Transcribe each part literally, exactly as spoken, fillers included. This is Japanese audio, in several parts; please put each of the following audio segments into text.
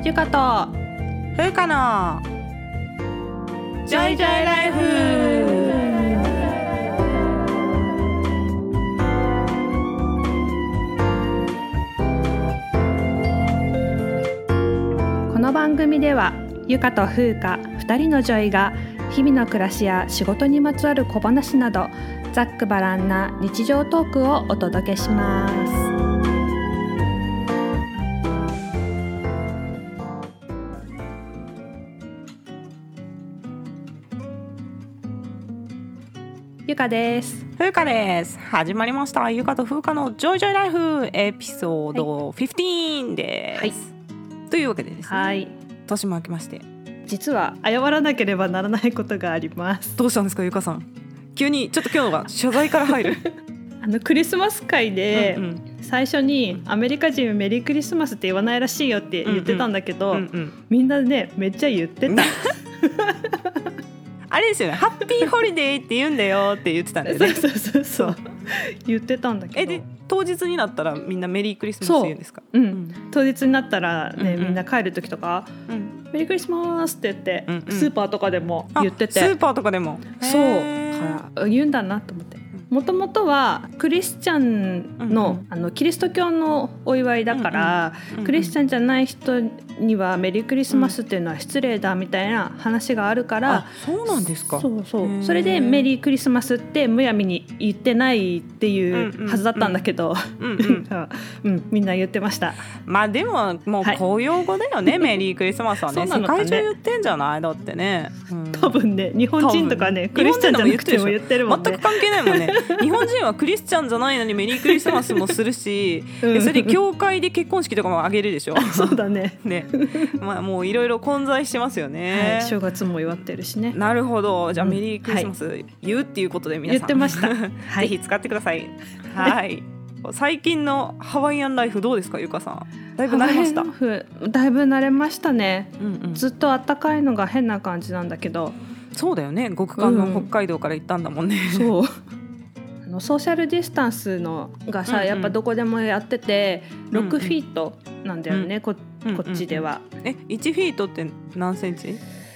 ゆかとふうかのジョイジョイライフ。 この番組ではゆかとふうかふたりのジョイが日々の暮らしや仕事にまつわる小話などざっくばらんな日常トークをお届けします。ゆかです。 ふうかです。始まりましたゆかとふうかのジョイジョイライフエピソードじゅうごです、はい、というわけでですね、はい、年も明けまして実は謝らなければならないことがあります。 どうしたんですかゆかさん、急にちょっと今日は謝罪から入るあのクリスマス会でうん、うん、最初にアメリカ人メリークリスマスって言わないらしいよって言ってたんだけど、うんうんうんうん、みんなねめっちゃ言ってたあれですよね、ハッピーホリデーって言うんだよって言ってたんですねそうそうそうそう言ってたんだけど、 えで当日になったらみんなメリークリスマスって言うんですか？ そう、うんうん、当日になったら、ねうんうん、みんな帰る時とか、うん、メリークリスマスって言って、うんうん、スーパーとかでも言ってて、 スーパーとかでもそうから言うんだなと思って、もともとはクリスチャン の,、うんうん、あのキリスト教のお祝いだから、うんうん、クリスチャンじゃない人にはメリークリスマスっていうのは失礼だみたいな話があるから、うん、 あそうなんですか。 そうそうそれでメリークリスマスってむやみに言ってないっていうはずだったんだけど、うんうんうん、みんな言ってました。 まあでももう公用語だよね、はい、メリークリスマスはね世界中言ってんじゃないだってね、うん、 多分ね日本人とかねクリスチャンじゃなくても言ってるもんね。 全く関係ないもんね日本人はクリスチャンじゃないのにメリークリスマスもするし、うん、それで教会で結婚式とかもあげるでしょそうだねね、まあ、もういろいろ混在してますよね、 はい、正月も祝ってるしね。 なるほど、じゃあメリークリスマス言うっていうことで皆さん、 言ってました、 はい、ぜひ使ってください、はい、最近のハワイアンライフどうですかゆかさん。だいぶ慣れました？ だいぶ慣れましたね、うんうん、ずっと暖かいのが変な感じなんだけど。 そうだよね、極寒の北海道から行ったんだもんね、うん、 そうあのソーシャルディスタンスのがさ、うんうん、やっぱどこでもやっててろくフィートなんだよね、うん、こ, こっちでは、 うんうん、えいちフィートって何センチ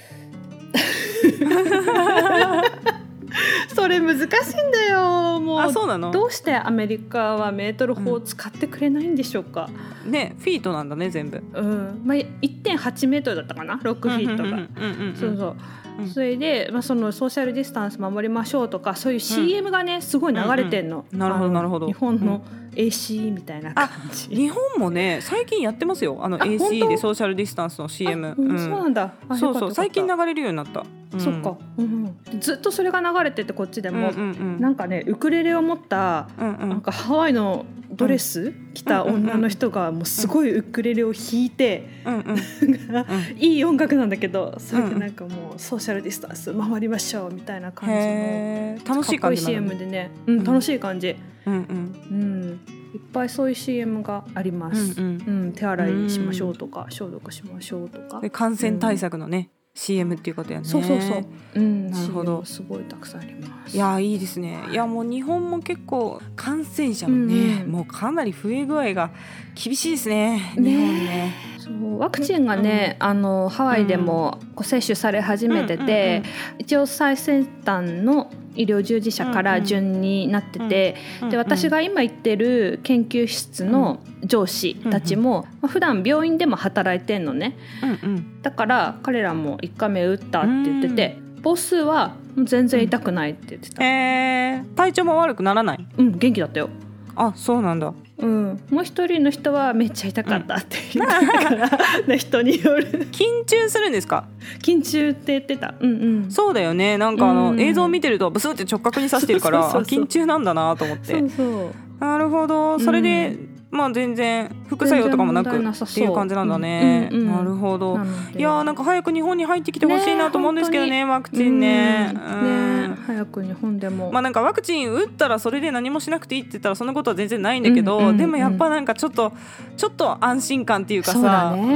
それ難しいんだよ。もうあそうなの？ どうしてアメリカはメートル法を使ってくれないんでしょうか、 うん、ねフィートなんだね全部、 うんまあ、いってんはちメートルだったかなろくフィートが、そうそううん、それで、まあ、そのソーシャルディスタンス守りましょうとかそういう シーエム がね、うん、すごい流れてんの、 うんうん、なるほどなるほど。 日本の エーシー みたいな感じ、 あ日本もね最近やってますよ、あの エーシー でソーシャルディスタンスの シーエム、 うん、そうなんだ。あそうそう最近流れるようになった、 うん、そっか、うんうん、ずっとそれが流れててこっちでも、うんうんうん、なんかねウクレレを持った、うんうん、なんかハワイのドレス、うん、着た女の人がもうすごいウクレレを弾いて、うんうん、いい音楽なんだけどそれでなんかもうソーシャルディスタンス守りましょうみたいな感じの楽しい感じなの、 かっこいい シーエム でね、うん、楽しい感じ、うんうんうん、いっぱいそういう シーエム があります、うんうんうん、手洗いしましょうとか、うん、消毒しましょうとかで感染対策のね、うん、シーエム っていうことやね。 そうそうそう、うん、 なるほど、 シーエム すごいたくさんあります。 いやいいですね。いやもう日本も結構感染者もね、うん、もうかなり増え具合が厳しいですね、日本ね。ねそうワクチンがね、うん、あのハワイでもこう接種され始めてて、うんうんうん、一応最先端の医療従事者から順になってて、うんうん、で私が今行ってる研究室の上司たちも、うんうん、普段病院でも働いてんのね、うんうん、だから彼らもいっかいめ打ったって言ってて、うん、母数は全然痛くないって言ってた、 うん、えー、体調も悪くならない？ うん元気だったよ。 あそうなんだ、 うん、もう一人の人はめっちゃ痛かったって言ってたから、うん、人による。 緊張するんですか？ 緊張って言ってた、うんうん、 そうだよね、なんかあの、うん、映像を見てるとブスって直角に刺してるからそうそうそうそう緊張なんだなと思って。そうそうなるほど、それで、うんまあ、全然副作用とかもなくっていう感じなんだね、うんうんうん、なるほど。いやーなんか早く日本に入ってきてほしいなと思うんですけど ね, ねワクチン ね,、うん、 ね早く日本でも、 まあ、なんかワクチン打ったらそれで何もしなくていいって言ったらそんなことは全然ないんだけど、うんうんうん、でもやっぱなんかちょっとちょっと安心感っていうかさ、そうだね、うん、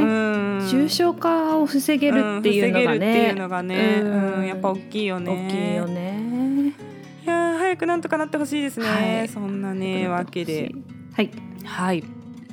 重症化を防げるっていうのがね、うん、防げるっていうのがね、うん、やっぱ大きいよね大きいよね。 いや早くなんとかなってほしいですね、はい、そんなねわけではいはい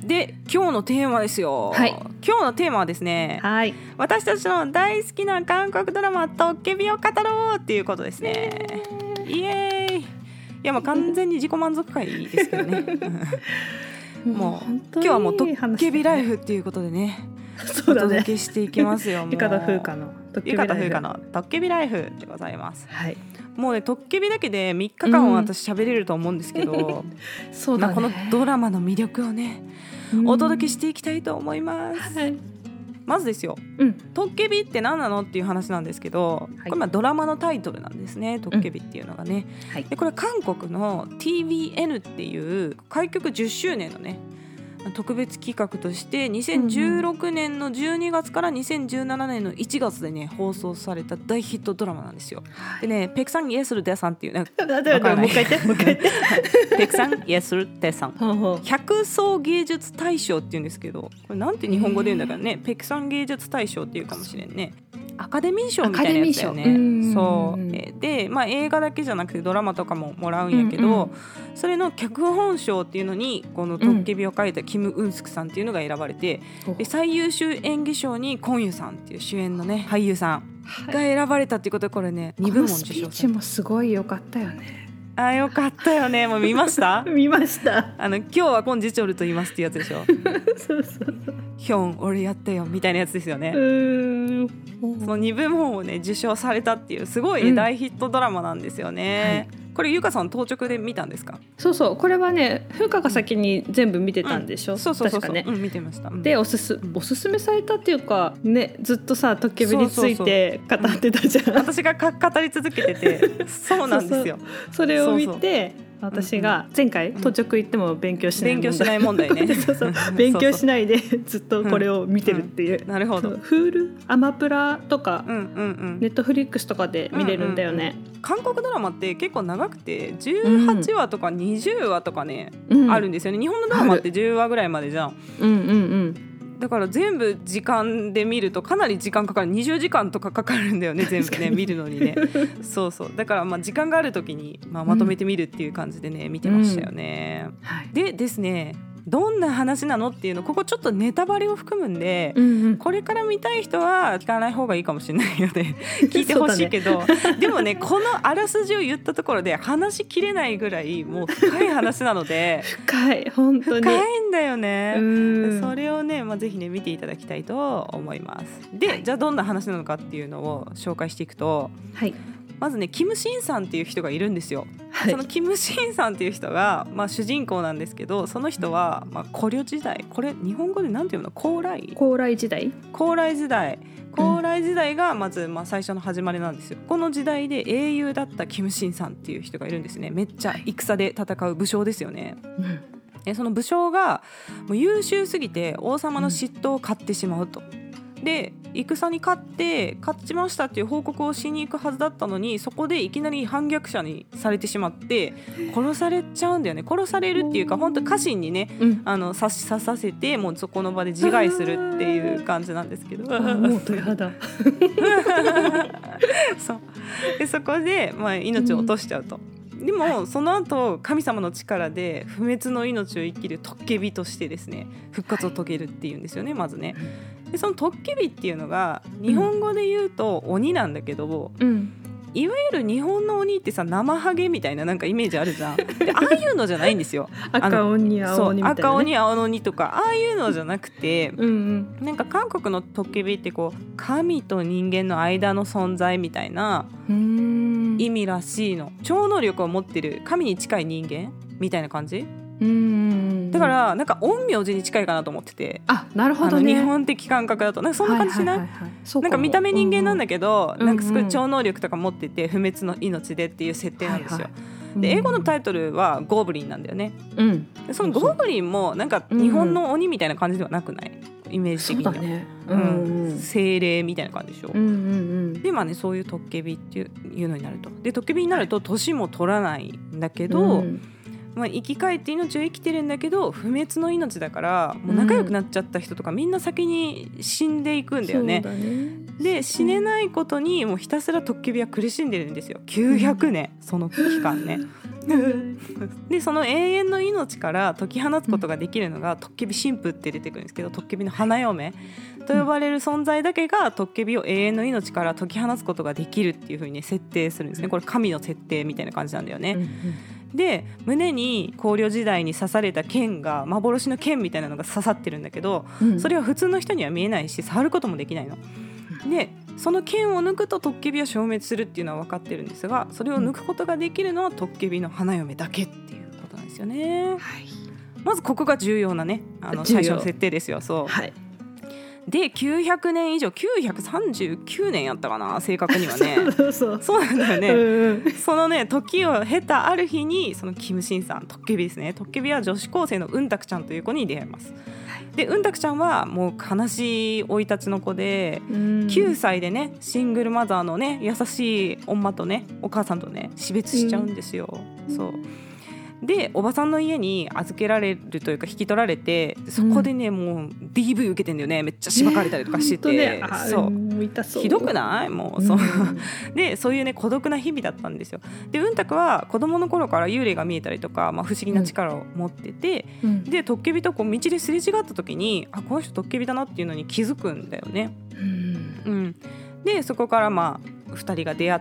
で今日のテーマですよ、 はい、 今日のテーマはですね、 はい、 私たちの大好きな韓国ドラマトッケビを語ろうっていうことですね。イエーイ。いやもう完全に自己満足回ですけどねもう今日はもうトッケビライフっていうことでね、 そうだね、 お届けしていきますよ。 ゆかた風花のトッケビライフ、 ゆかた風花のトッケビライフでございます。 はい、 もうねトッケビだけでみっかかんは私喋れると思うんですけど、 うん、そうだね、 まあ、このドラマの魅力をね、うん、お届けしていきたいと思います、はい、まずですよ、うん、トッケビって何なのっていう話なんですけど、はい、これまあドラマのタイトルなんですね、トッケビっていうのがね、うん、はい、でこれは韓国の ティービーエヌ っていう開局じゅっしゅうねんのね特別企画としてにせんじゅうろくねんのじゅうにがつからにせんじゅうななねんのいちがつでね放送された大ヒットドラマなんですよ。でね、ペクさんイエスルテさんっていうね、 もう一回言ってもう一回言ってペクさんイエスルテさん百総芸術大賞っていうんですけど、これなんて日本語で言うんだからね、ペクさん芸術大賞っていうかもしれんね。アカデミー賞みたいなやつだよね。そうで、まあ、映画だけじゃなくてドラマとかももらうんやけど、うんうん、それの脚本賞っていうのにこのトッケビを書いたキム・ウンスクさんっていうのが選ばれて、うん、で最優秀演技賞にコンユさんっていう主演のね俳優さんが選ばれたっていうことで、これねにぶもん受賞された。このスピーチもすごい良かったよね。 あ、よかったよね。もう見ました見ました。 あの今日はコンジチョルと言いますってやつでしょそうそうそう、 ヒョン俺やったよみたいなやつですよね。うーん、そのにぶもんをね受賞されたっていうすごい、ね、うん、大ヒットドラマなんですよね、はい。これゆかさん当直で見たんですか？ そうそう、これはね風花が先に全部見てたんでしょ、うん、 そうそうそうそう、 確かね、 うん、見てました、うん、 でおすす、おすすめされたっていうかね、ずっとさトッケビについて語ってたじゃん。 そうそうそう、うん、私がか語り続けててそうなんですよ。 そうそう、それを見て、そうそう、私が前回当直行っても勉強しない問題、 勉強しない問題ねそうそう、勉強しないでずっとこれを見てるっていう、 うんうん、なるほど。 フール、アマプラとか、 うんうんうん、 ネットフリックスとかで見れるんだよね、 うんうんうん、韓国ドラマって結構長くてじゅうはちわとかにじゅうわとかね、うん、あるんですよね。日本のドラマってじゅうわぐらいまでじゃん、うんうんうん、だから全部時間で見るとかなり時間かかる。にじゅうじかんとかかかるんだよね全部ね見るのにねそうそう、だからまあ時間がある時にまあまとめてみるっていう感じでね、うん、見てましたよね、うん、はい、でですね、どんな話なのっていうの、ここちょっとネタバレを含むんで、うんうん、これから見たい人は聞かない方がいいかもしれないので聞いてほしいけど、ね、でもねこのあらすじを言ったところで話しきれないぐらいもう深い話なので深い、本当に深いんだよね。それをね、まあ、ぜひね見ていただきたいと思います。で、はい、じゃあどんな話なのかっていうのを紹介していくと、はい、まずねキム・シンさんっていう人がいるんですよ、はい、そのキム・シンさんっていう人が、まあ、主人公なんですけど、その人は、まあ、古慮時代、これ日本語でなんていうの、高麗高麗時代高麗時代高麗時代がまず、まあ、最初の始まりなんですよ。この時代で英雄だったキム・シンさんっていう人がいるんですね。めっちゃ戦で戦う武将ですよね、うん、その武将がもう優秀すぎて王様の嫉妬を買ってしまうと。で戦に勝って勝ちましたっていう報告をしに行くはずだったのに、そこでいきなり反逆者にされてしまって殺されちゃうんだよね。殺されるっていうか本当家臣にね、うん、あの刺し刺させてもうそこの場で自害するっていう感じなんですけど、 もう鳥肌そうでそこで、まあ、命を落としちゃうと、うん、でも、はい、その後神様の力で不滅の命を生きるトッケビとしてですね復活を遂げるっていうんですよね、まずね。でそのトッケビっていうのが日本語で言うと鬼なんだけど、うん、いわゆる日本の鬼ってさ生ハゲみたいななんかイメージあるじゃん。でああいうのじゃないんですよ赤鬼青鬼みたいな、ね、 赤鬼青鬼とかああいうのじゃなくてうん、なんか韓国のトッケビってこう神と人間の間の存在みたいな意味らしいの。超能力を持ってる神に近い人間みたいな感じ。うんだからなんか陰陽師に近いかなと思ってて。 あ、なるほどね。 日本的感覚だとなんかそんな感じしない？はいはいはいはい、なんか見た目人間なんだけど、うんうん、なんかすごい超能力とか持ってて不滅の命でっていう設定なんですよ、はいはい、で英語のタイトルはゴーブリンなんだよね、うん、でそのゴーブリンもなんか日本の鬼みたいな感じではなくない？イメージ的には、ねうんうん、精霊みたいな感じでしょ、うんうんうん、でまあねそういうトッケビっていうのになると。でトッケビになると年も取らないんだけど、うんまあ、生き返って命を生きてるんだけど不滅の命だからもう仲良くなっちゃった人とかみんな先に死んでいくんだよね、うん、そうだね。で死ねないことにもうひたすらトッケビは苦しんでるんですよ。きゅうひゃくねん、うん、その期間ねでその永遠の命から解き放つことができるのが、うん、トッケビ神父って出てくるんですけど、トッケビの花嫁と呼ばれる存在だけがトッケビを永遠の命から解き放つことができるっていう風に、ね、設定するんですね。これ神の設定みたいな感じなんだよね、うんうん、で胸に考慮時代に刺された剣が幻の剣みたいなのが刺さってるんだけど、うん、それは普通の人には見えないし触ることもできないので、その剣を抜くとトッケビは消滅するっていうのは分かってるんですが、それを抜くことができるのはトッケビの花嫁だけっていうことなんですよね、はい、まずここが重要なね、あの最初の設定ですよ。そう、はい、できゅうひゃくねん以上きゅうひゃくさんじゅうきゅうねんやったかな、正確にはねそうそうそうなんだよね、うんうん、そのね時を経たある日に、そのキムシンさん、トッケビですね、トッケビは女子高生のウンタクちゃんという子に出会います。でウンタクちゃんはもう悲しい生い立ちの子で、きゅうさいでねシングルマザーのね優しい女とねお母さんとね死別しちゃうんですよ、うん、そうでおばさんの家に預けられるというか引き取られて、そこでね、うん、もう ディーブイ 受けてんだよね。めっちゃしばかれたりとかしてて、ねね、そう痛そうひどくないもう、そう、うん、でそういうね孤独な日々だったんですよ。でうんたくは子供の頃から幽霊が見えたりとか、まあ、不思議な力を持ってて、うん、でトッケビとこう道ですれ違った時に、あこの人トッケビだなっていうのに気づくんだよね、うんうん、でそこからまあふたりが出会って、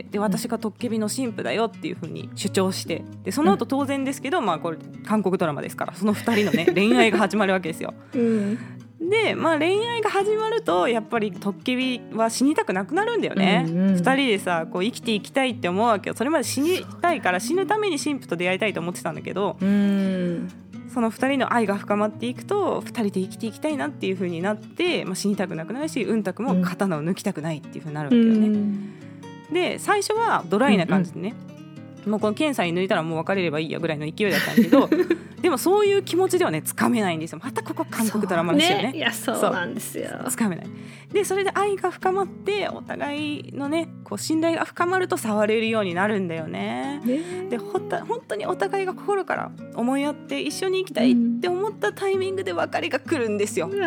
で私がトッケビの神父だよっていう風に主張して、でその後当然ですけど、まあ、これ韓国ドラマですから、そのふたりの、ね、恋愛が始まるわけですよ、うん、で、まあ、恋愛が始まるとやっぱりトッケビは死にたくなくなるんだよね、うんうん、ふたりでさこう生きていきたいって思うわけよ。それまで死にたいから死ぬために神父と出会いたいと思ってたんだけど、うんそのふたりの愛が深まっていくとふたりで生きていきたいなっていう風になって、まあ、死にたくなくなるし、うんたくも刀を抜きたくないっていう風になるわけよね、うん、で最初はドライな感じでね、うんうん、もうこの検査に抜いたらもう別れればいいやぐらいの勢いだったんだけどでもそういう気持ちではねつかめないんですよ。またここ韓国ドラマですよね。 いやそうなんですよ。 つかめない。でそれで愛が深まってお互いのねこう信頼が深まると触れるようになるんだよね。でほった本当にお互いが心から思い合って一緒に生きたいって思ったタイミングで別れが来るんですよ、うん、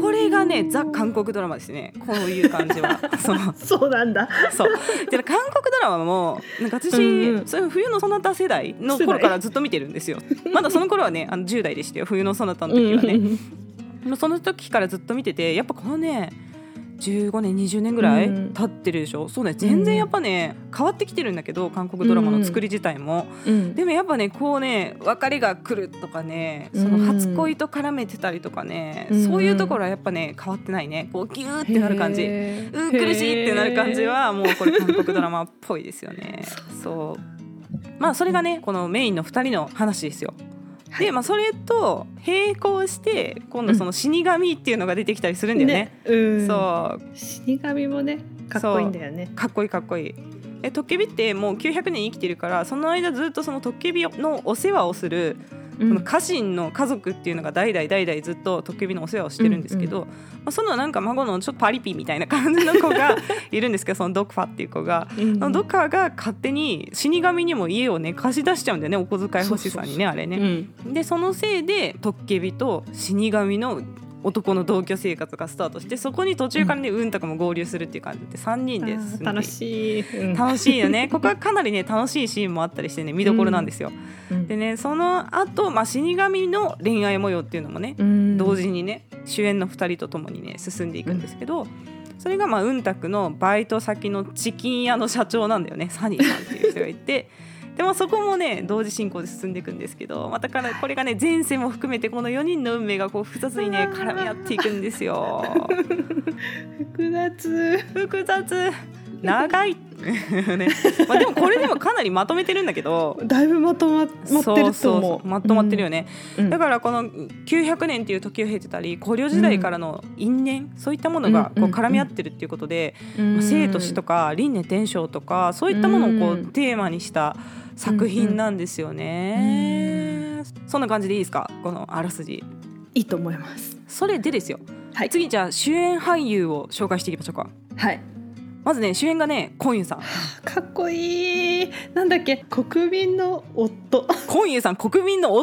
これがねザ・韓国ドラマですね。こういう感じはそうそうなんだ。 そうで韓国ドラマもなんか私、うんうん、そういう冬のそなた世代の頃からずっと見てるんですよ。まだその頃はねあのじゅう代でしたよ、冬のそなたの時はね、うん、その時からずっと見てて、やっぱこのねじゅうごねんにじゅうねんぐらい経ってるでしょ、うん、そうね全然やっぱね変わってきてるんだけど韓国ドラマの作り自体も、うん、でもやっぱねこうね別れが来るとかね、その初恋と絡めてたりとかね、うん、そういうところはやっぱね変わってないね。こうギューってなる感じ、うん苦しいってなる感じはもうこれ韓国ドラマっぽいですよねそうまあそれがねこのメインのふたりの話ですよ。でまあ、それと並行して今度その死神っていうのが出てきたりするんだよね、 ね、うん、そう死神もねかっこいいんだよね。 かっこいいかっこいい。えトッケビってもうきゅうひゃくねん生きてるから、その間ずっとそのトッケビのお世話をするこの家臣の家族っていうのが代々代々ずっとトッケビのお世話をしてるんですけど、うんうんまあ、そのなんか孫のちょっとパリピみたいな感じの子がいるんですけどそのドクファっていう子が、うん、ドクファが勝手に死神にも家をね貸し出しちゃうんだよね、お小遣い欲しさにね。あれね、うん、でそのせいでトッケビと死神の男の同居生活がスタートして、そこに途中からね、うん、うんたくも合流するっていう感じでさんにんです。 楽しい、うん、 楽しいよねここはかなりね楽しいシーンもあったりしてね見どころなんですよ、うん、でねその後、まあ、死神の恋愛模様っていうのもね、うん、同時にね主演のふたりとともにね進んでいくんですけど、うん、それがまあうんたくのバイト先のチキン屋の社長なんだよね、サニーさんっていう人がいてでもそこもね同時進行で進んでいくんですけど、またからこれがね前世も含めてこのよにんの運命がこう複雑にね絡み合っていくんですよ複雑複雑長いねまあ、でもこれでもかなりまとめてるんだけどだいぶまとまってると思う。そうそうまとまってるよね、うん、だからこのきゅうひゃくねんっていう時を経てたり古領時代からの因縁、うん、そういったものがこう絡み合ってるっていうことで、うんまあ、生と死とか輪廻転生とかそういったものをこうテーマにした作品なんですよね、うんうん、そんな感じでいいですか、このあらすじ。 いいと思います。 それでですよ、はい、次じゃあ主演俳優を紹介していきましょうか。 はい、 まずね主演がねコンユさん、 かっこいい。なんだっけ、国民の夫。 コンユさん国民の夫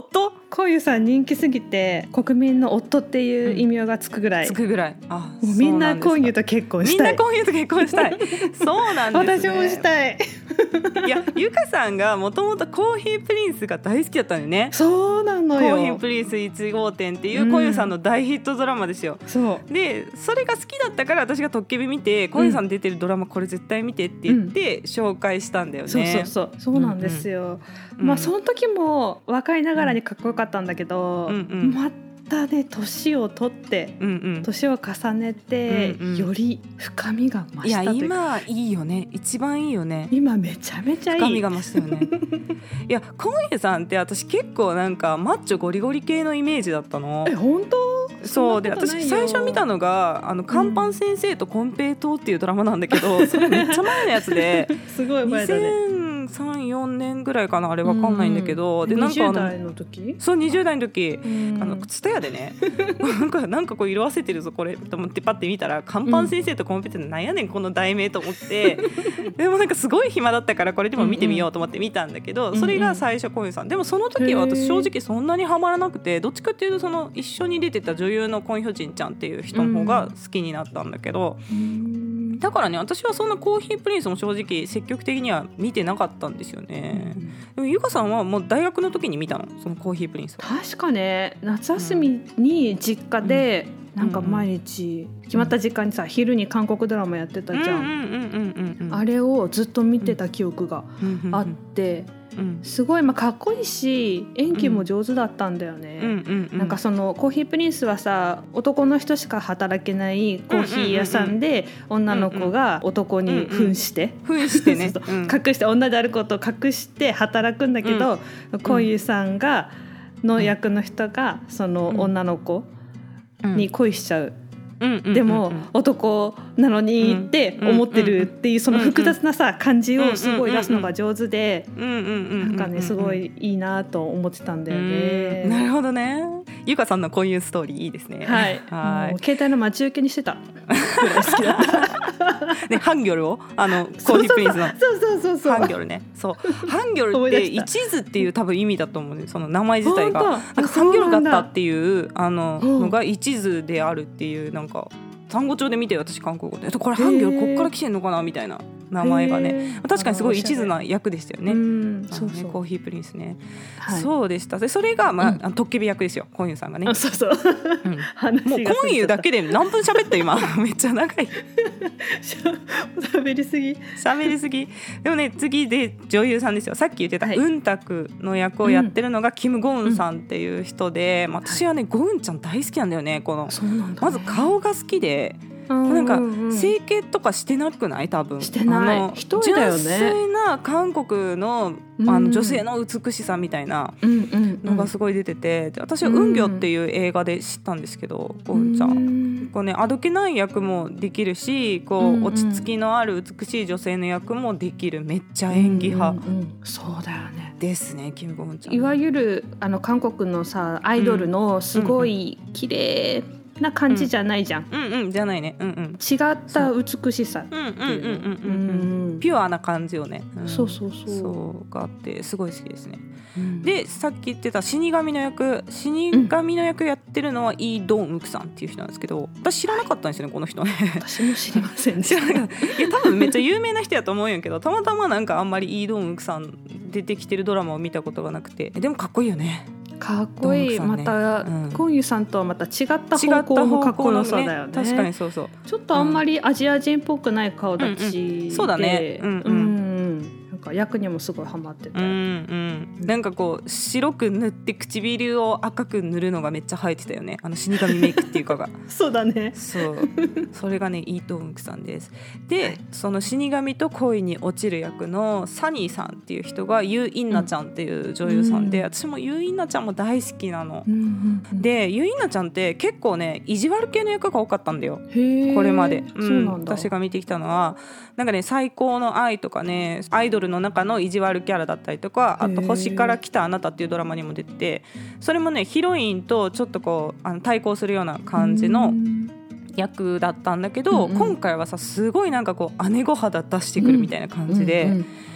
こういうさ人気すぎて国民の夫っていう異名がつくぐらい、 うん、つくぐらいあもうみんなこういうと結婚したい。 みんなこういうと結婚したいそうなんですね。 私もしたいいやゆかさんがもともとコーヒープリンスが大好きだったのよね。 そうなのよ。 コーヒープリンスいち号店っていうこういうさんの大ヒットドラマですよ、うん、 そうでそれが好きだったから私がトッケビ見てこういうさん出てるドラマこれ絶対見てって言って紹介したんだよね、 うん、そうそうそうそうなんですよ、うんうん、まあその時も若いながらにかっこよかったんだけど、うんうん、またね年を取って年、うんうん、を重ねて、うんうん、より深みが増したという。 いや今いいよね。一番いいよね。 今めちゃめちゃいい深みが増したよねいやコンユさんって私結構なんかマッチョゴリゴリ系のイメージだったの。 え本当？ そうで私最初見たのがあのカンパン先生とコンペイトーっていうドラマなんだけど、うん、それめっちゃ前のやつですごい前だね。 にせんさん、よねんぐらいかなあれわかんないんだけど、 うん、でなんかあのにじゅう代の時そうにじゅう代の時、うん、あのツタヤでねなんかなんかこう色あせてるぞこれと思ってパッて見たらカンパン先生とコンペイトーなんやねんこの題名と思ってでもなんかすごい暇だったからこれでも見てみようと思って見たんだけど、うんうん、それが最初コンユさんでもその時は私正直そんなにハマらなくてどっちかっていうとその一緒に出てた女優のコンヒョジンちゃんっていう人の方が好きになったんだけど、うん、だからね私はそんなコーヒープリンスも正直積極的には見てなかったんですよね、うん、でもゆかさんはもう大学の時に見たのそのコーヒープリンスは。 確かね夏休みに実家で、うん、なんか毎日決まった時間にさ、うん、昼に韓国ドラマやってたじゃん。あれをずっと見てた記憶があって、うん、すごいまあかっこいいし演技も上手だったんだよね、うんうんうんうん、なんかそのコーヒープリンスはさ男の人しか働けないコーヒー屋さんで女の子が男に扮して扮してね隠して女であることを隠して働くんだけど、うん、コーヒーさんがの役の人がその女の子に恋しちゃう、うんうん、でも男なのにって思ってるっていうその複雑なさ感じをすごい出すのが上手でなんかねすごいいいなと思ってたんだよね。 なるほどね。ゆかさんのこういうストーリーいいですね。 はい、はいもう携帯の待ち受けにしてたぐらい好きだったね、ハンギョルをあのコーヒープリンスのそうそうそうそうハンギョルね。そうハンギョルって一途っていう多分意味だと思うね。その名前自体がなんかハンギョルだったっていうあののが一途であるっていうなんか単語帳で見て私韓国語でこれハンギョルこっから来てんのかなみたいな名前がね確かにすごい一途な役でしたよね。うんそうそうコーヒープリンスね、はい、そうでした。でそれが、まあうん、トッケビ役ですよコンユさんがね。 そうそう、うん、 もうコンユだけで何分喋った今めっちゃ長い喋りすぎ喋りすぎでもね次で女優さんですよ。さっき言ってた、はい、ウンタクの役をやってるのがキム・ゴウンさんっていう人で、うん、私はねゴウンちゃん大好きなんだよね。このそうなんだね、 まず顔が好きでなんか整形とかしてなくない多分してない人だよね。 純粋な韓国 の, あの女性の美しさみたいなのがすごい出ててで私はウンギョっていう映画で知ったんですけどゴウンちゃんこう、ね、あどけない役もできるしこう落ち着きのある美しい女性の役もできるめっちゃ演技派、うんうんうん、 そうだよねですねキム・ゴウンちゃん。 いわゆるあの韓国のさアイドルのすごい綺麗な感じじゃないじゃん、 うん、うんうんじゃないね、うんうん、 違った美しさっていうピュアな感じをね、 うん、そうそうそうそうがあってすごい好きですね、うん、でさっき言ってた死神の役死神の役やってるのはイ・ドンウクさんっていう人なんですけど私知らなかったんですよね、はい、この人ね私も知りませんでしたいや多分めっちゃ有名な人やと思うんやけどたまたまなんかあんまりイ・ドンウクさん出てきてるドラマを見たことがなくてでもかっこいいよね。 かっこいい、ね、また、うん、コンユさんとはまた違った方向のかっこよさだよね。 確かにそうそう。 ちょっとあんまりアジア人っぽくない顔立ちで、うんうん、 そうだね。うんうんうんなんか役にもすごいハマってて、うんうん、なんかこう白く塗って唇を赤く塗るのがめっちゃ生えてたよね。あの死神メイクっていうかがそうだね。 そうそれがねイ・ドンウクさんです。で、はい、その死神と恋に落ちる役のサニーさんっていう人がユー・インナちゃんっていう女優さんで、うん、私もユー・インナちゃんも大好きなの、うんうんうん、でユー・インナちゃんって結構ね意地悪系の役が多かったんだよこれまで、うん、そうなんだ。私が見てきたのはなんかね最高の愛とかねアイドルの中の意地悪キャラだったりとかあと星から来たあなたっていうドラマにも出ててそれもねヒロインとちょっとこうあの対抗するような感じの役だったんだけど、うんうん、今回はさすごいなんかこう姉御肌出してくるみたいな感じで、うんうんうん、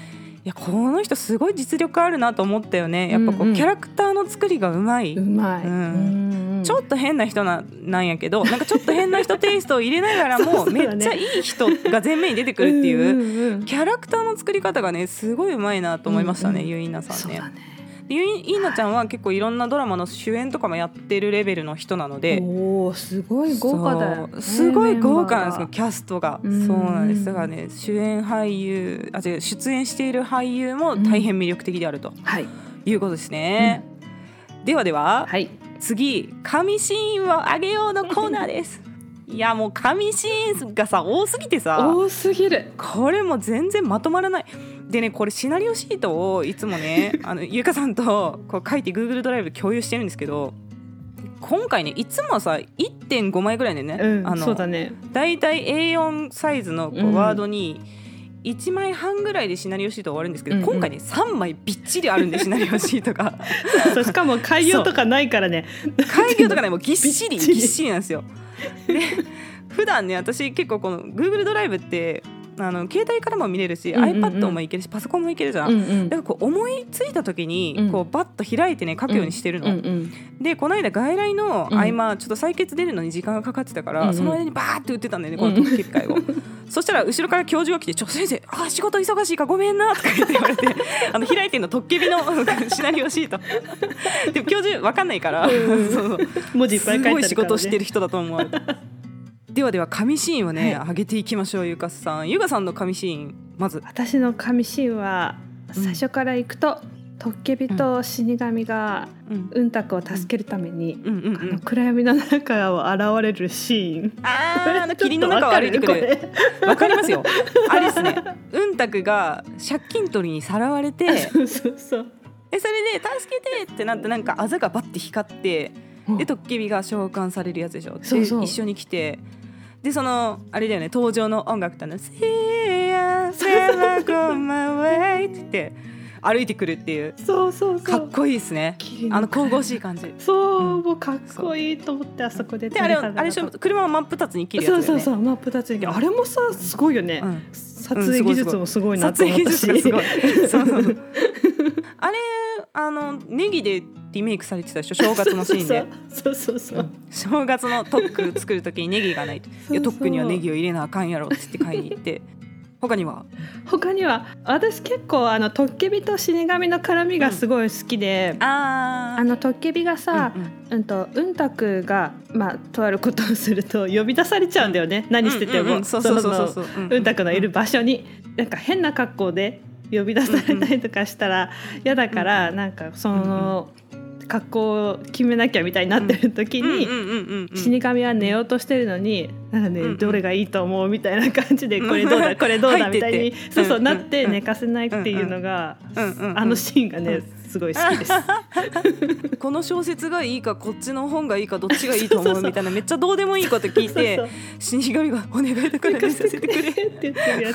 やこの人すごい実力あるなと思ったよね。やっぱこう、うんうん、キャラクターの作りがうまい、 うまい、うんうん、 ちょっと変な人 な, なんやけどなんかちょっと変な人テイストを入れながらもめっちゃいい人が前面に出てくるっていううんうん、キャラクターの作り方がねすごいうまいなと思いましたね、うんうん、ユイーナさんね。そうだね。ユイーナちゃんは結構いろんなドラマの主演とかもやってるレベルの人なので、 おすごい豪華だよ、ね、 すごい豪華なんですよキャストが。そうなんです。だからね主演俳優あ違う出演している俳優も大変魅力的であると、うんはい、いうことですね、うん、ではでは、はい、次神シーンをあげようのコーナーですいやもう神シーンがさ多すぎてさ多すぎる。 これも全然まとまらないでね。これシナリオシートをいつもねあのゆかさんとこう書いて Google ドライブで共有してるんですけど、今回ねいつもさ いってんご 枚ぐらいでね、うん、あのそうだね、だいたいエーよん サイズのこうワードにいちまいはんぐらいでシナリオシート終わるんですけど、うんうん、今回ねさんまいびっちりあるんでシナリオシートがそうそうしかも開業とかないからね開業とかねもうぎっしりぎっしりなんですよ。で普段ね私結構この Google ドライブってあの携帯からも見れるし、うんうんうん、iPad もいけるしパソコンもいけるじゃん、うんうん、だからこう思いついた時にこうバッと開いてね書くようにしてるの、うんうんうん、でこの間外来の合間、うん、ちょっと採血出るのに時間がかかってたから、うんうん、その間にバーって打ってたんだよねこの特許会を、うん、そしたら後ろから教授が来てちょ先生あ仕事忙しいかごめんなとか言って言われてあの開いてるのトッケビのシナリオシートでも教授分かんないから、うん、そうそう文字いっぱい書いてあるからね、 すごい仕事してる人だと思うではでは神シーンをね、はい、上げていきましょう。ゆかさんゆかさんの神シーンまず。 私の神シーンは最初からいくと、うん、トッケビと死神がうんたくを助けるために、うんうんうん、あの暗闇の中を現れるシーン。 ああの霧の中を歩いてくるわかりますよあれですねうんたくが借金取りにさらわれてそうそうそうでそれで助けてってなってなんかあざがバッて光ってでトッケビが召喚されるやつでしょ。でそうそう一緒に来てでそのあれだよね登場の音楽とね See ya, never go my way って言って歩いてくるっていう。 そうそうそうかっこいいですね。あの神々しい感じ。 そう、うん、もうかっこいいと思ってあそこでであれあれ車は真っ二つに切るやつだよね。 そうそうそう真っ二つに切る。あれもさすごいよね、うん、撮影技術もすごいなと思ったし、うん、撮影技術がすごいそうそうあれあのネギでリメイクされてたでしょ正月のシーンでそうそうそう、うん、 正月のトック作るときにネギがないとそうそういやトックにはネギを入れなあかんやろって言って買いに行って他には他には私結構あのトッケビと死神の絡みがすごい好きで、うん、あ, あのトッケビがさ、うんうんうんと、うんたくが、まあ、とあることをすると呼び出されちゃうんだよね、うん、何しててもうんたくのいる場所になんか変な格好で呼び出されたりとかしたら嫌だから、うんうん、なんかその、うん、格好を決めなきゃみたいになってる時に死神は寝ようとしてるのになんか、ね、うんうん、どれがいいと思うみたいな感じでこれどうだこれどうだみたいにそうそうなって寝かせないっていうのが、うんうん、あのシーンがねすごい好きですこの小説がいいかこっちの本がいいかどっちがいいと思うみたいなめっちゃどうでもいいこと聞いてそうそう死神がお願いだから寝させてくれって言ってるやつ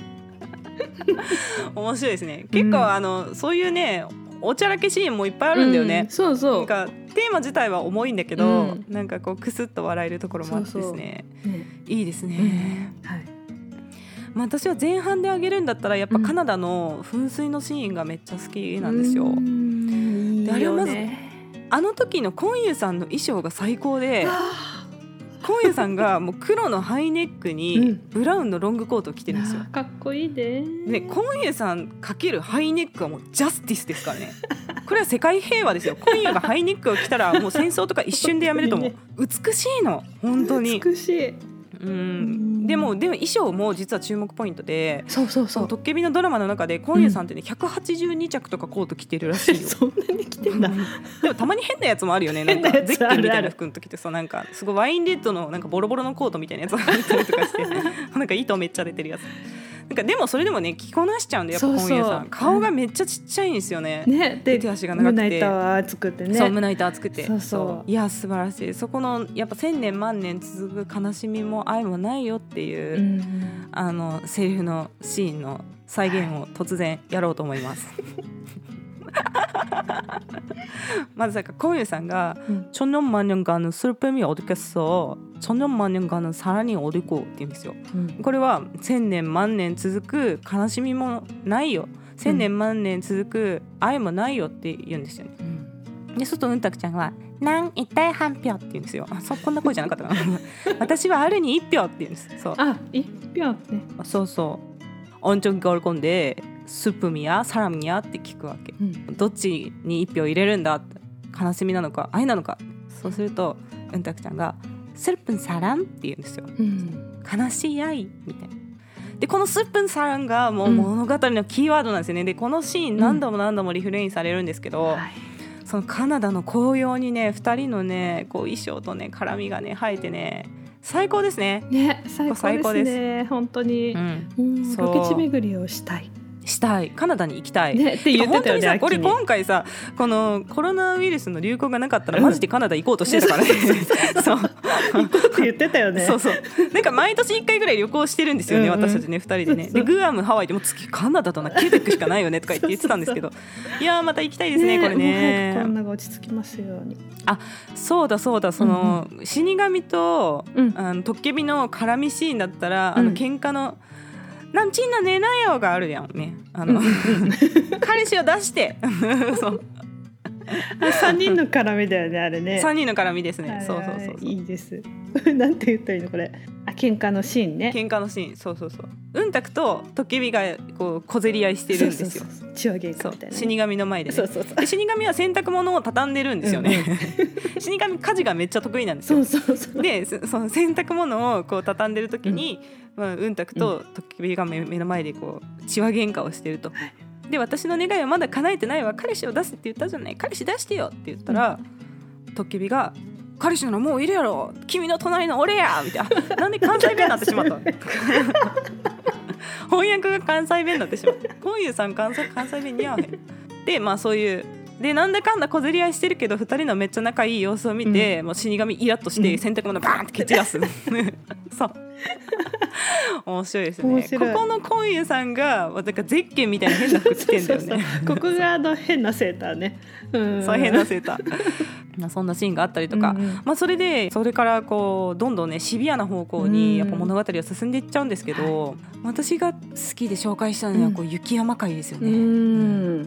面白いですね。結構、うん、あのそういうねおちゃらけシーンもいっぱいあるんだよね、うん、そうそうなんかテーマ自体は重いんだけど、うん、なんかこうクスッと笑えるところもあってですね、そうそう、うん、いいですね、うん、はい。まあ、私は前半であげるんだったらやっぱカナダの噴水のシーンがめっちゃ好きなんですよ、うん、であれはまずあの時のコンユさんの衣装が最高でコンユさんがもう黒のハイネックにブラウンのロングコートを着てるんですよ、うん、 かっこいいで、 ね、コンユさんかけるハイネックはもうジャスティスですからねこれは世界平和ですよ。コンユがハイネックを着たらもう戦争とか一瞬でやめると思う美しいの本当に美しい。 うん、でもでも衣装も実は注目ポイントで、 そうそうそう、 トッケビのドラマの中でコンユさんってね、うん、ひゃくはちじゅうにちゃくとかコート着てるらしいよそんなに着てんだ、うん、 でもたまに変なやつもあるよね。なんかゼッケンみたいな服の時ってさなんかすごいワインレッドのなんかボロボロのコートみたいなやつが入ったりとかしてなんか糸めっちゃ出てるやつなんかでもそれでもね着こなしちゃうんでやっぱコンユさん顔がめっちゃちっちゃいんですよね、ねで手足が長くて胸板は厚くてね、 そう胸板厚くて、 そうそう、 いや素晴らしい。そこのやっぱ千年万年続く悲しみも愛もないよっていう、うん、あのセリフのシーンの再現を突然やろうと思いますまずコンユさんが천년만년간은 슬픔이 어딨겠어 천년만년간은 사랑이 어디고って言うんですよ、うん、これは千年万年続く悲しみもないよ千年万年続く愛もないよって言うんですよね、うん、でそうするとうんたくちゃんはなん一体半票って言うんですよ。あ、そう、こんな声じゃなかったかな私はあるに一票って言うんです。そう、 あ、一票ね。 そうそう、엄청 걸건데 스프미야 사람이야って聞くわけ、うん、どっちに一票入れるんだって、悲しみなのか愛なのか。そうするとうんたくちゃんが슬픈 사람って言うんですよ、うん、悲しい愛みたいな。でこの슬픈 사람がもう物語のキーワードなんですよね。でこのシーン何度も何度もリフレインされるんですけど、うん、はい、そのカナダの紅葉にねふたりのねこう衣装とね絡みがね生えてね最高ですね。 ね、最高ですね。本当に、うんうん、ロケ地巡りをしたいしたい、カナダに行きたい、 ね、って言ってたよね。 本当にさ、これ今回さこのコロナウイルスの流行がなかったらマジでカナダ行こうとしてたからね、うん、そう行こうって言ってたよね。 そうそう、なんか毎年いっかいぐらい旅行してるんですよね、うんうん、私たちねふたりでね。でグアムハワイでも次カナダとなケベックしかないよねとか言って言ってたんですけどいやまた行きたいですね、ね、これね。 もう早くコロナが落ち着きますように。 あ、そうだそうだ、その、うんうん、死神と、うん、あのトッケビの絡みシーンだったら、うん、あの喧嘩のなんちんな寝なよがあるやんね、あの彼氏を出してそうさんにんの絡みだよね、あれね。 さんにんの絡みですね。そうそうそうそう、 いいですなんて言ったらいいのこれ。あ、喧嘩のシーンね。 喧嘩のシーン、そうそうそう。うんたくとトッケビがこう小競り合いしてるんですよ。 血は喧嘩みたいな、ね、 死神の前でね。 そうそうそう。 で死神は洗濯物を畳んでるんですよね、うんうん、死神家事がめっちゃ得意なんですよ。 そうそうそう。 でその洗濯物をこう畳んでる時に、うんまあ、うんたくとトッケビが 目, 目の前でこう血は喧嘩をしてると、はい、で私の願いはまだ叶えてないわ、彼氏を出すって言ったじゃない、彼氏出してよって言ったら、うん、トッケビが彼氏ならもういるやろ、君の隣の俺やみたいな。なんで関西弁になってしまった翻訳が関西弁になってしまった。こういうさん関西、関西弁似合わへんで、まあそういうでなんだかんだ小競り合いしてるけどふたりのめっちゃ仲いい様子を見て、うん、もう死神イラッとして洗濯物バーンって蹴散らす、うん、そう面白いですね。ここのコンユさんがなんかゼッケンみたいな変な服着てんだよね。そうそうそう、ここがあの変なセーターね、 うん、そう変なセーターまあそんなシーンがあったりとか、うんうんまあ、それでそれからこうどんどんねシビアな方向にやっぱ物語は進んでいっちゃうんですけど、うん、私が好きで紹介したのはこう雪山会ですよね、うん、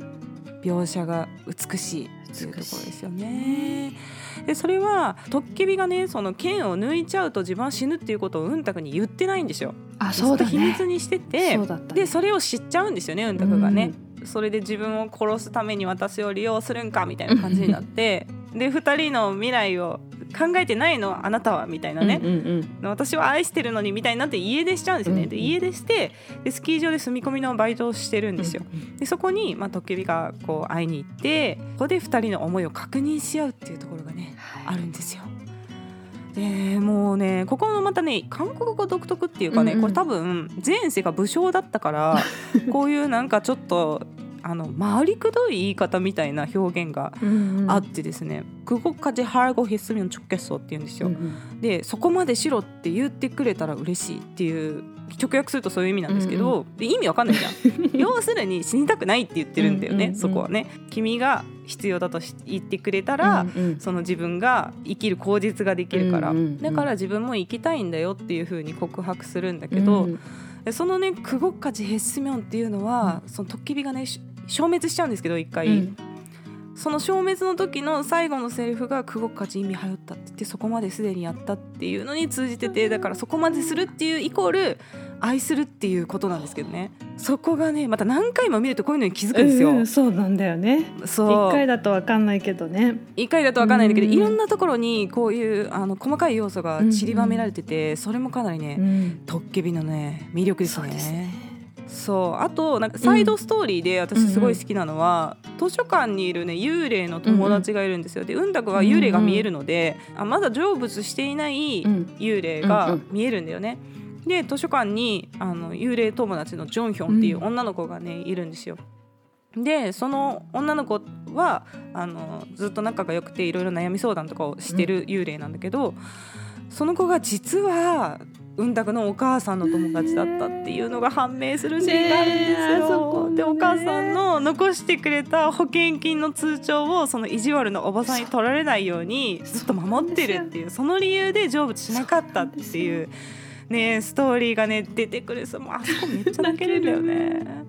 描写が美しいというところですよね。でそれはトッケビがねその剣を抜いちゃうと自分は死ぬっていうことをうんたくに言ってないんですよ。 あ、そうだね、 秘密にしてて、 そうだったね、 でそれを知っちゃうんですよね、うんたくがね、うん、それで自分を殺すために私を利用するんかみたいな感じになってでふたりの未来を考えてないのあなたはみたいなね、うんうんうん、私は愛してるのにみたいになって家出しちゃうんですよね、うんうん、で家出してでスキー場で住み込みのバイトをしてるんですよ、うんうん、でそこに、まあ、トッケビがこう会いに行ってここでふたりの思いを確認し合うっていうところがね、はい、あるんですよ。でもうねここのまたね韓国語独特っていうかね、うんうん、これ多分前世が武将だったからこういうなんかちょっとあの回りくどい言い方みたいな表現があってですね、그것까지 하고 했으면 좋겠어って言うんですよ、うんうん、でそこまでしろって言ってくれたら嬉しいっていう直訳するとそういう意味なんですけど、うんうん、で意味わかんないじゃん要するに死にたくないって言ってるんだよね、うんうんうん、そこはね君が必要だと言ってくれたら、うんうん、その自分が生きる口実ができるから、うんうんうん、だから自分も生きたいんだよっていう風に告白するんだけど、うんうん、そのね그것까지 했으면っていうのは、うん、そのトッケビがね消滅しちゃうんですけど一回、うん、その消滅の時の最後のセリフが그것까지意味はよったって言ってそこまですでにやったっていうのに通じてて、だからそこまでするっていうイコール愛するっていうことなんですけどね、そこがねまた何回も見るとこういうのに気づくんですよ、 うん、そうなんだよね。そういっかいだと分かんないけどねいっかいだと分かんないんだけど、うん、いろんなところにこういうあの細かい要素が散りばめられてて、うん、それもかなりね、うん、トッケビのね魅力ですね。そうですね。そうあとなんかサイドストーリーで私すごい好きなのは、うんうん、図書館にいる、ね、幽霊の友達がいるんですよ。でうんたくは幽霊が見えるので、うんうん、あまだ成仏していない幽霊が見えるんだよね。で図書館にあの幽霊友達のジョンヒョンっていう女の子がねいるんですよ。でその女の子はあのずっと仲が良くていろいろ悩み相談とかをしてる幽霊なんだけど、その子が実はうんたくのお母さんの友達だったっていうのが判明するシーンがあるんですよ、ね、でお母さんの残してくれた保険金の通帳をその意地悪のおばさんに取られないようにずっと守ってるっていう、その理由で成仏しなかったっていうねストーリーがね出てくる。もうあそこめっちゃ泣けるんだよね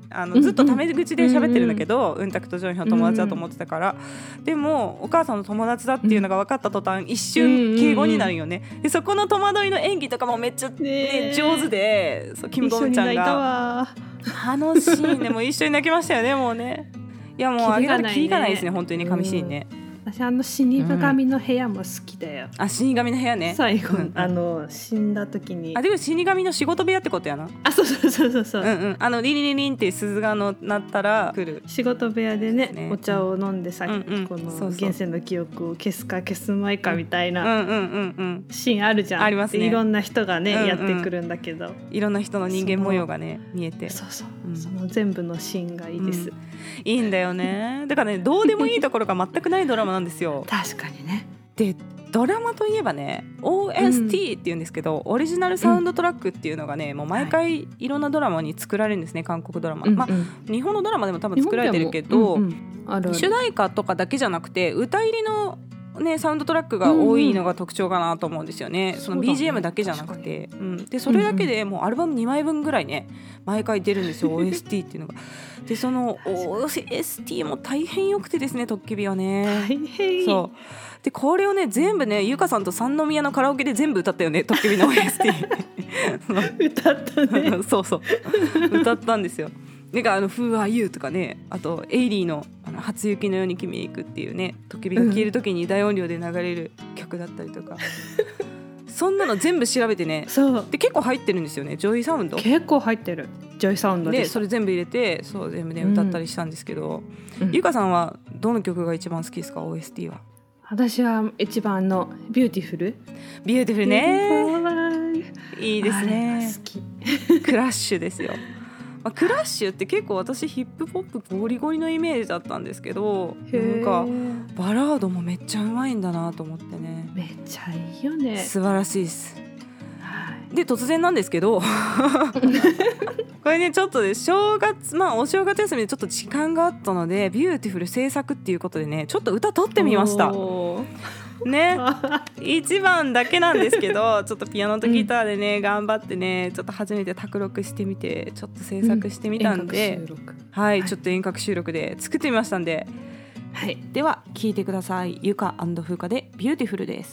あのずっとタメ口で喋ってるんだけど、うんたくとジョイの友達だと思ってたから、でもお母さんの友達だっていうのが分かった途端一瞬敬語になるよね。でそこの戸惑いの演技とかもめっちゃ、ね、上手で、そうキム・ゴンちゃんがあのシーンでも一緒に泣きましたよね。もうね、いやもうあげられキリがないですね本当に神シーンね。 私あの死神の部屋も好きだよ、 うん、あ死神の部屋ね、 最後、うん、あの死んだ時に、 あでも死神の仕事部屋ってことやな。 あそうそうそうそうそう、 うんうん、あのリリリリンって鈴がの鳴ったら来る仕事部屋で ね, ねお茶を飲んでさ、うんうん、 この現世の記憶を消すか消すまいかみたいなシーンあるじゃん。 ありますね。 いろんな人がね、うんうん、やってくるんだけど、 いろんな人の人間模様がね見えて、 そうそう、うん、その全部のシーンがいいです、うん、 いいんだよね。だからねどうでもいいところが全くないドラマなんですよ。 確かにね。 でドラマといえばね オーエスティー っていうんですけど、うん、オリジナルサウンドトラックっていうのがね、うん、もう毎回いろんなドラマに作られるんですね。韓国ドラマ、うんうん、まあ、日本のドラマでも多分作られてるけど、うんうん、あるある主題歌とかだけじゃなくて歌入りのね、サウンドトラックが多いのが特徴かなと思うんですよね、うんうん、その ビージーエム だけじゃなくて、うん、でそれだけでもうアルバムにまいぶんぐらいね毎回出るんですよオーエスティー っていうのが。でその オーエスティー も大変よくてですね、トッケビはね大変。 そうでこれをね全部ねゆかさんと三宮のカラオケで全部歌ったよね、トッケビの オーエスティー歌ったねそうそう歌ったんですよ。なんかあの Who are you とかね、あとエイリー の, あの初雪のように君へ行くっていうね、トッケビが消える時に大音量で流れる曲だったりとか、うん、そんなの全部調べてね。 そうで結構入ってるんですよね、ジョイサウンド結構入ってるジョイサウンドででそれ全部入れてそう全部ね歌ったりしたんですけど、うん、ゆかさんはどの曲が一番好きですか オーエスティー は。 私は一番のビューティフルビューティフルね、いいですね。 好きクラッシュですよ。まあ、クラッシュって結構私ヒップホップゴリゴリのイメージだったんですけど、なんかバラードもめっちゃうまいんだなと思ってね。 めっちゃいいよね。 素晴らしいです、はい、で突然なんですけどこれねちょっとね正月まあお正月休みでちょっと時間があったのでビューティフル制作っていうことでねちょっと歌取ってみましたね、いちばんだけなんですけどちょっとピアノとギターでね、うん、頑張ってねちょっと初めて卓録してみてちょっと制作してみたんで、うん、はい、はい、ちょっと遠隔収録で作ってみましたんで、はい、では聴いてください。ゆか&風花でビューティフルです。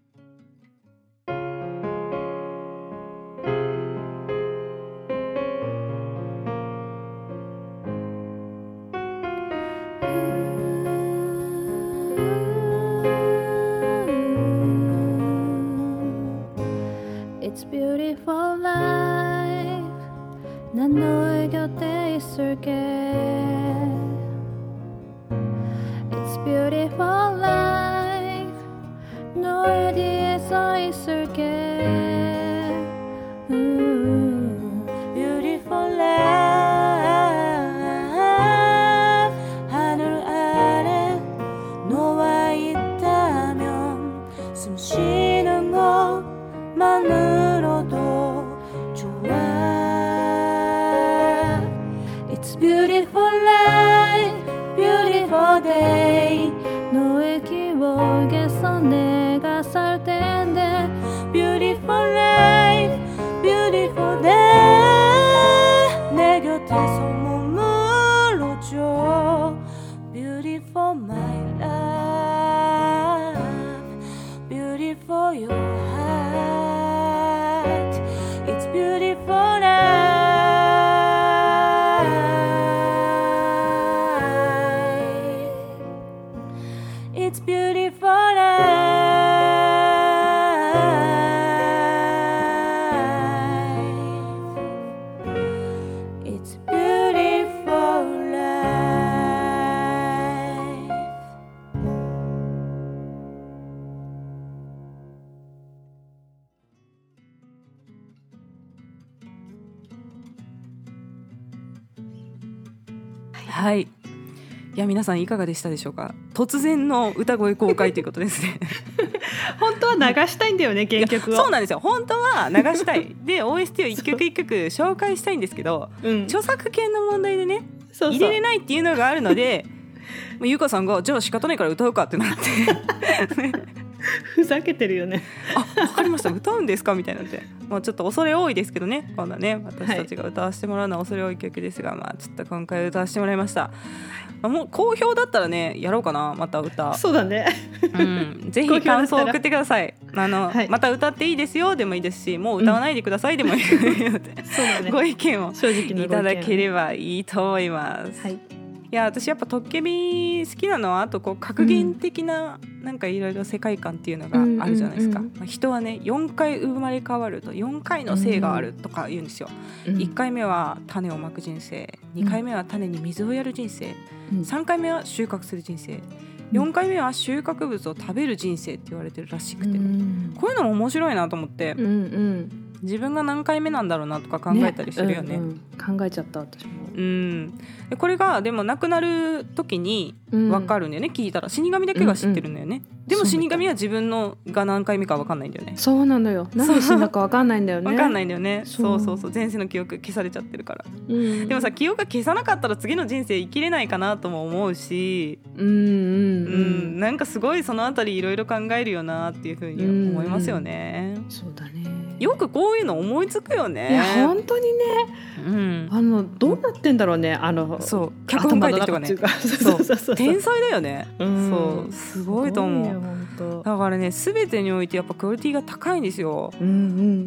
It's beautiful life 난 너의 곁에 있을게 It's beautiful life 너의 뒤에 서 있을게 Ooh. Beautiful life 하늘 아래 너와 있다면 숨 쉬는 것만으로도 It's beautiful life, beautiful day 너의 기억에서 내가 살 텐데 Beautiful life, beautiful day 내 곁에서 머물러줘 Beautiful my life, beautiful your heart It's beautiful life It's beautiful life It's beautiful life はい、いや皆さんいかがでしたでしょうか。突然の歌声公開ということですね本当は流したいんだよね原曲を。 そうなんですよ、本当は流したいで オーエスティー を一曲一曲紹介したいんですけど、うん、著作権の問題でねそうそう入れれないっていうのがあるのでゆかさんがじゃあ仕方ないから歌うかってなってふざけてるよね。 あ、わかりました、歌うんですかみたいなって、まあ、ちょっと恐れ多いですけどね、今度はね私たちが歌わせてもらうのは恐れ多い曲ですが、はい、まあ、ちょっと今回歌わせてもらいました、はい、もう好評だったらねやろうかな、また歌。 そうだね、 うん、ぜひ感想を送ってください。あの、はい、また歌っていいですよでもいいですし、もう歌わないでくださいでもいいので、うん、そうだね、ご意見をいただければいいと思います。はい、いや私やっぱトッケビ好きなのは、あとこう格言的な、うん、なんかいろいろ世界観っていうのがあるじゃないですか、うんうんうん、人はねよんかい生まれ変わるとよんかいの生があるとか言うんですよ、うん、いっかいめは種をまく人生、にかいめは種に水をやる人生、うん、さんかいめは収穫する人生、よんかいめは収穫物を食べる人生って言われてるらしくて、うん、こういうのも面白いなと思って、うんうん、自分が何回目なんだろうなとか考えたりするよね、 ね、うんうん、考えちゃった私も、 うん、でこれがでも亡くなる時に分かるんだよね、うん、聞いたら死神だけが知ってるんだよね、うんうん、でも死神は自分のが何回目か分かんないんだよね。 そうなんだよ、なんで死んだか分かんないんだよね。 分かんないんだよね。そうそうそう、前世の記憶消されちゃってるから、うん、でもさ記憶が消さなかったら次の人生生きれないかなとも思うし、うんうんうんうん、なんかすごいそのあたりいろいろ考えるよなっていうふうに思いますよね、 うんうん、そうだね、 よくこういうの思いつくよね。 いや本当にね、うん、あのどうなってんだろうね、あのそう脚本書いてる人がね、そうそうそう天才だよね、うん、そうすごいと思う。だからね全てにおいてやっぱクオリティが高いんですよ、うんうん、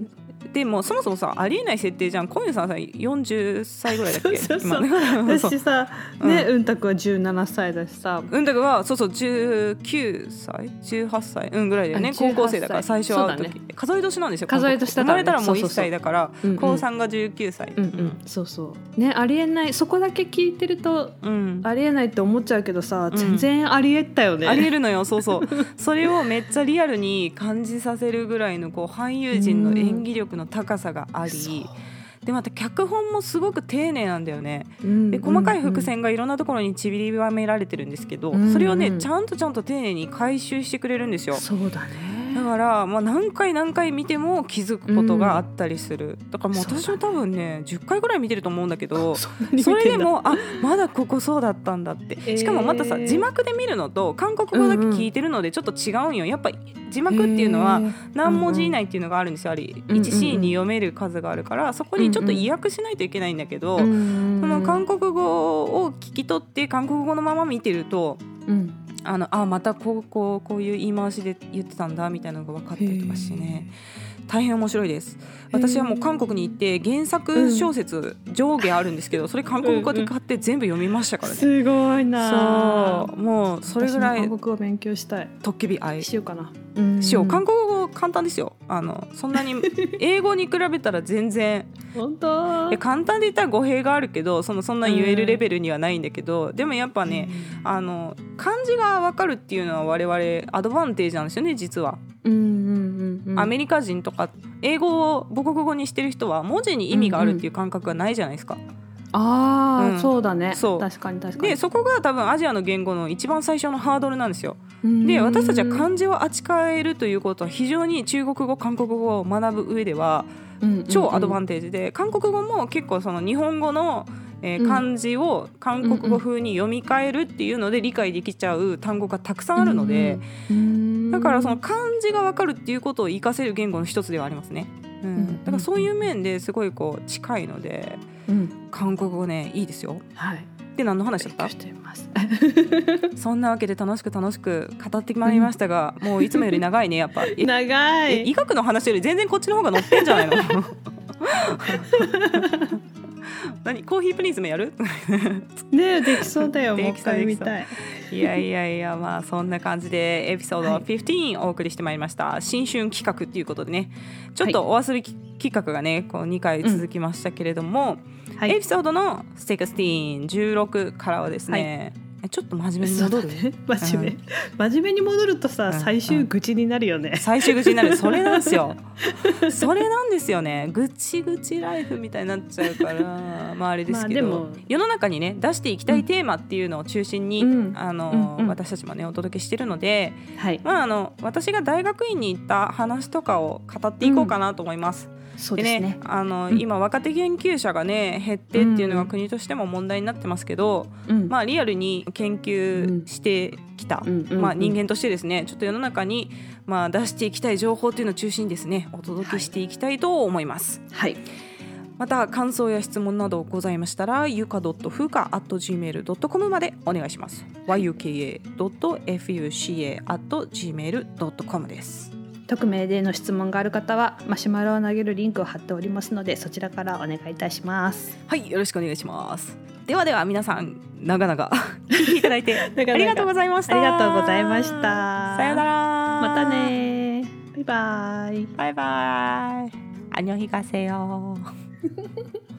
でもそもそもさありえない設定じゃん。小遊さんさよんじゅっさいぐらいだっけそうそうそう今私さね、うん、うんたくはじゅうななさいだしさ、 うんたくはそうそうじゅうきゅうさいじゅうはっさい、うん、ぐらいだよね。高校生だから最初会う時、ね、数え年なんですよ。 数え年だから、ね、 生まれたらもういっさいだからそうそうそう、高さんがじゅうきゅうさい、 うんうん、そうそうね、ありえない。そこだけ聞いてると、うん、ありえないって思っちゃうけどさ、全然ありえったよね、 うん、ありえるのよ。そうそうそれをめっちゃリアルに感じさせるぐらいのこう俳優陣の演技力の高さがあり、でまた脚本もすごく丁寧なんだよね、うん、で細かい伏線がいろんなところにちりばめられてるんですけど、うん、それをねちゃんとちゃんと丁寧に回収してくれるんですよ。 そうだね。 だから、まあ、何回何回見ても気づくことがあったりする、うん、だからもう私も多分ねじゅっかいぐらい見てると思うんだけど、 そ, それでもあまだここそうだったんだって、えー、しかもまたさ字幕で見るのと韓国語だけ聞いてるのでちょっと違うんよ。やっぱ字幕っていうのは何文字以内っていうのがあるんですよ。ありいちシーンに読める数があるからそこにちょっと意訳しないといけないんだけど、うんうん、その韓国語を聞き取って韓国語のまま見てると、うんあのあまたこうこうこういう言い回しで言ってたんだみたいなのが分かったりとかしてね、大変面白いです。私はもう韓国に行って原作小説上下あるんですけど、それ韓国語で買って全部読みましたからね。 すごいな。 そうもうそれぐらい韓国語を勉強したい。 トッケビ愛しようかな。 しよう。韓国語簡単ですよ。あのそんなに英語に比べたら全然本当簡単で言ったら語弊があるけど そのそんな言えるレベルにはないんだけど、うん、でもやっぱね、うん、あの漢字が分かるっていうのは我々アドバンテージなんですよね実は、うんうんうんうん、アメリカ人とか英語を母国語にしてる人は文字に意味があるっていう感覚がないじゃないですか、うんうん、 あー、うん、そうだね。 そう確かに確かに。 でそこが多分アジアの言語の一番最初のハードルなんですよ。で私たちは漢字を扱えるということは非常に中国語韓国語を学ぶ上では超アドバンテージで、うんうんうん、韓国語も結構その日本語の、えー、漢字を韓国語風に読み替えるっていうので理解できちゃう単語がたくさんあるので、うんうん、だからその漢字が分かるっていうことを活かせる言語の一つではありますね、うんうんうん、だからそういう面ですごいこう近いので、うん、韓国語ねいいですよ。はい。で何の話だった？ していますそんなわけで楽しく楽しく語ってまいりましたが、うん、もういつもより長いねやっぱ長い。 医学の話より全然こっちの方が載ってんじゃないの何コーヒープリンスもやるねえできそうだよもう一回見たい。 いやいやいやまあそんな感じでエピソードじゅうごお送りしてまいりました、はい、新春企画ということでねちょっとお遊び企画がねこうにかい続きましたけれども、うんはい、エピソードのじゅうろく、じゅうろくからはですね、はい、ちょっと真面目に戻る、 ね、真面目、うん、真面目に戻るとさ、うん、最終愚痴になるよね、うん、 最終愚痴になるそれなんですよそれなんですよね。愚痴愚痴ライフみたいになっちゃうからまああれですけど、まあ、でも世の中にね出していきたいテーマっていうのを中心に、うん、あのうんうん、私たちもねお届けしてるので、はいまあ、あの私が大学院に行った話とかを語っていこうかなと思います、うんそうですね。 でね、あの、うん、今若手研究者がね減ってっていうのが国としても問題になってますけど、うん、まあリアルに研究してきた、うんまあ、人間としてですね、ちょっと世の中にまあ出していきたい情報っていうのを中心にですねお届けしていきたいと思います。 はい、 また感想や質問などございましたら ユカドットフーカ アット ジーメール ドット コム までお願いします。 ワイユーケーエー ドット エフユーシーエー アット ジーメール ドット コム です。 匿名での質問がある方はマシュマロを投げるリンクを貼っておりますので、そちらからお願いいたします。 はい、よろしくお願いします。ではでは皆さん長々聞いていただいてありがとうございました。 ありがとうございました。 さよなら。 またね。バイバイ。 バイバイ。안녕히 가세요.